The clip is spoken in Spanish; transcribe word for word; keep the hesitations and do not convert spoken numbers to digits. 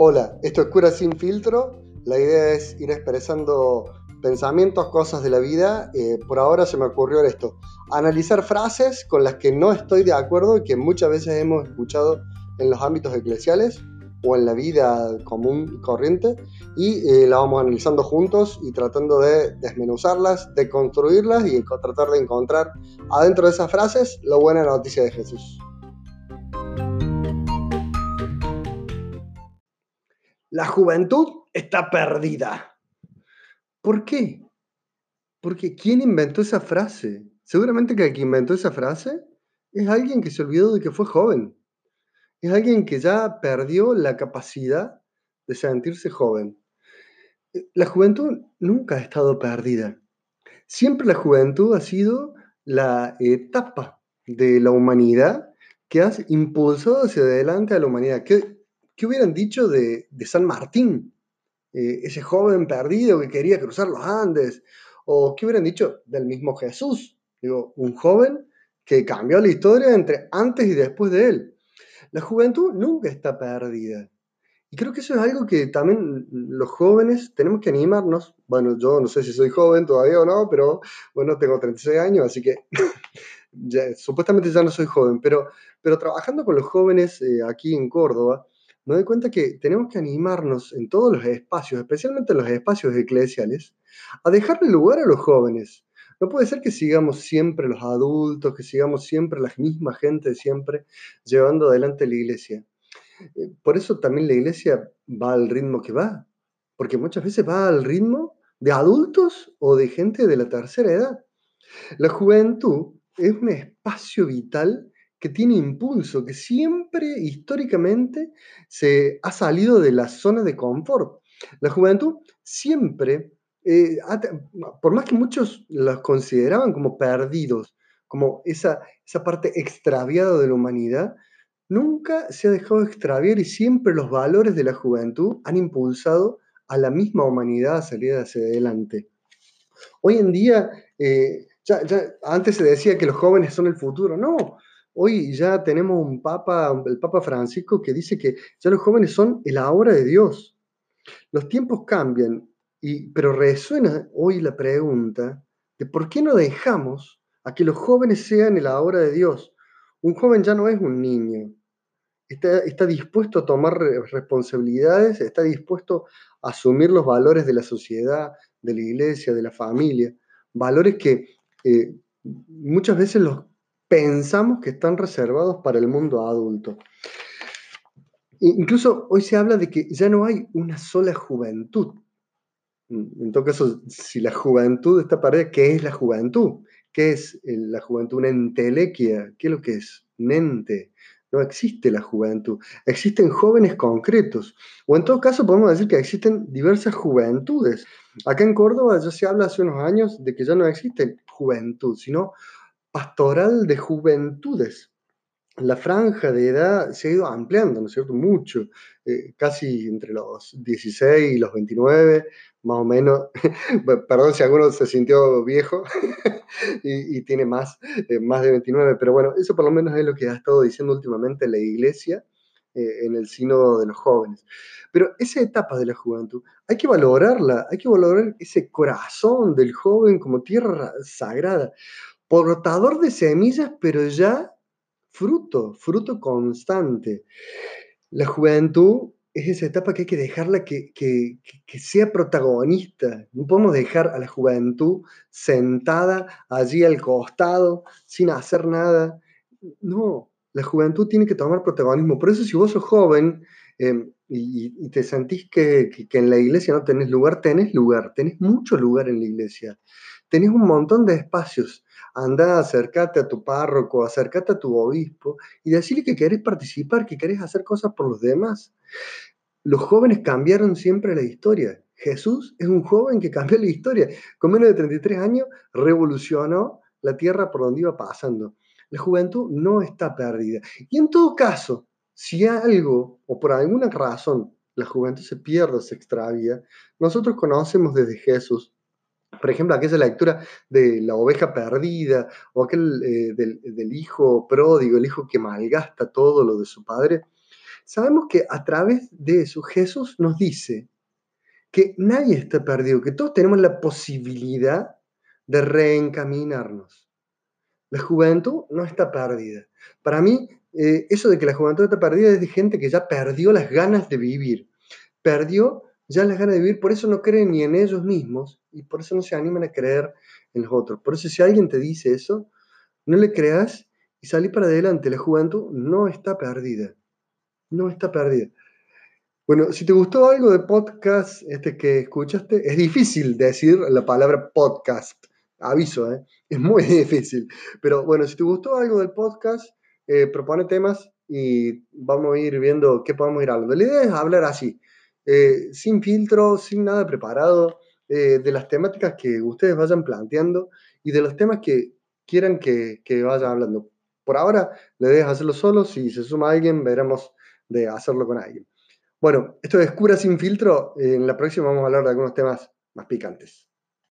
Hola, esto es Cura Sin Filtro. La idea es ir expresando pensamientos, cosas de la vida. Eh, por ahora se me ocurrió esto: analizar frases con las que no estoy de acuerdo y que muchas veces hemos escuchado en los ámbitos eclesiales o en la vida común y corriente, y eh, la vamos analizando juntos y tratando de desmenuzarlas, de construirlas y tratar de encontrar adentro de esas frases la buena noticia de Jesús. La juventud está perdida. ¿Por qué? Porque ¿quién inventó esa frase? Seguramente que el que inventó esa frase es alguien que se olvidó de que fue joven. Es alguien que ya perdió la capacidad de sentirse joven. La juventud nunca ha estado perdida. Siempre la juventud ha sido la etapa de la humanidad que ha impulsado hacia adelante a la humanidad. ¿Qué, qué hubieran dicho de, de San Martín? Eh, ese joven perdido que quería cruzar los Andes, o qué hubieran dicho del mismo Jesús, digo, un joven que cambió la historia entre antes y después de él. La juventud nunca está perdida. Y creo que eso es algo que también los jóvenes tenemos que animarnos. Bueno, yo no sé si soy joven todavía o no, pero bueno, tengo treinta y seis años, así que ya, supuestamente ya no soy joven, pero, pero trabajando con los jóvenes eh, aquí en Córdoba, me doy cuenta que tenemos que animarnos en todos los espacios, especialmente en los espacios eclesiales, a dejarle lugar a los jóvenes. No puede ser que sigamos siempre los adultos, que sigamos siempre la misma gente de siempre llevando adelante la iglesia. Eh, Por eso también la iglesia va al ritmo que va, porque muchas veces va al ritmo de adultos o de gente de la tercera edad. La juventud es un espacio vital que tiene impulso, que siempre históricamente se ha salido de la zona de confort. La juventud siempre, eh, ha te- por más que muchos los consideraban como perdidos, como esa, esa parte extraviada de la humanidad, nunca se ha dejado extraviar y siempre los valores de la juventud han impulsado a la misma humanidad a salir hacia adelante. Hoy en día, eh, ya, ya antes se decía que los jóvenes son el futuro. No, hoy ya tenemos un papa, el Papa Francisco, que dice que ya los jóvenes son el ahora de Dios. Los tiempos cambian, y, pero resuena hoy la pregunta de por qué no dejamos a que los jóvenes sean el ahora de Dios. Un joven ya no es un niño, está, está dispuesto a tomar responsabilidades, está dispuesto a asumir los valores de la sociedad, de la iglesia, de la familia, valores que eh, muchas veces los pensamos que están reservados para el mundo adulto. Incluso hoy se habla de que ya no hay una sola juventud. En todo caso, si la juventud está perdida, ¿qué es la juventud? ¿Qué es la juventud? Una entelequia. ¿Qué es lo que es? Un ente. No existe la juventud. Existen jóvenes concretos. O en todo caso podemos decir que existen diversas juventudes. Acá en Córdoba ya se habla hace unos años de que ya no existe juventud, sino pastoral de juventudes. La franja de edad se ha ido ampliando, ¿no es cierto? Mucho, eh, casi entre los dieciséis y los veintinueve, más o menos. Perdón si alguno se sintió viejo y, y, tiene más, eh, más de veintinueve, pero bueno, eso por lo menos es lo que ha estado diciendo últimamente la iglesia eh, en el sínodo de los jóvenes. Pero esa etapa de la juventud, hay que valorarla, hay que valorar ese corazón del joven como tierra sagrada, portador de semillas, pero ya fruto, fruto constante. La juventud es esa etapa que hay que dejarla que, que, que sea protagonista. No podemos dejar a la juventud sentada allí al costado, sin hacer nada. No, la juventud tiene que tomar protagonismo. Por eso si vos sos joven eh, y, y, te sentís que, que, que en la iglesia no tenés lugar, tenés lugar, tenés mucho lugar en la iglesia. Tenés un montón de espacios. Andá, acércate a tu párroco, acércate a tu obispo y decirle que querés participar, que querés hacer cosas por los demás. Los jóvenes cambiaron siempre la historia. Jesús es un joven que cambió la historia. Con menos de treinta y tres años revolucionó la tierra por donde iba pasando. La juventud no está perdida. Y en todo caso, si algo o por alguna razón la juventud se pierde o se extravía, nosotros conocemos desde Jesús, por ejemplo, aquella lectura de la oveja perdida o aquel eh, del, del hijo pródigo, el hijo que malgasta todo lo de su padre. Sabemos que a través de eso Jesús nos dice que nadie está perdido, que todos tenemos la posibilidad de reencaminarnos. La juventud no está perdida. Para mí, eh, eso de que la juventud está perdida es de gente que ya perdió las ganas de vivir, perdió ya las ganas de vivir, por eso no creen ni en ellos mismos y por eso no se animan a creer en los otros. Por eso si alguien te dice eso, no le creas y salí para adelante. La juventud no está perdida, no está perdida. Bueno, si te gustó algo de podcast este que escuchaste, es difícil decir la palabra podcast, aviso, ¿eh? Es muy difícil. Pero bueno, si te gustó algo del podcast, eh, propone temas y vamos a ir viendo qué podemos ir hablando. La idea es hablar así, eh, sin filtro, sin nada preparado, eh, de las temáticas que ustedes vayan planteando y de los temas que quieran que, que vaya hablando. Por ahora, la idea es hacerlo solo. Si se suma alguien, veremos de hacerlo con alguien. Bueno, esto es Cura sin filtro. En la próxima vamos a hablar de algunos temas más picantes.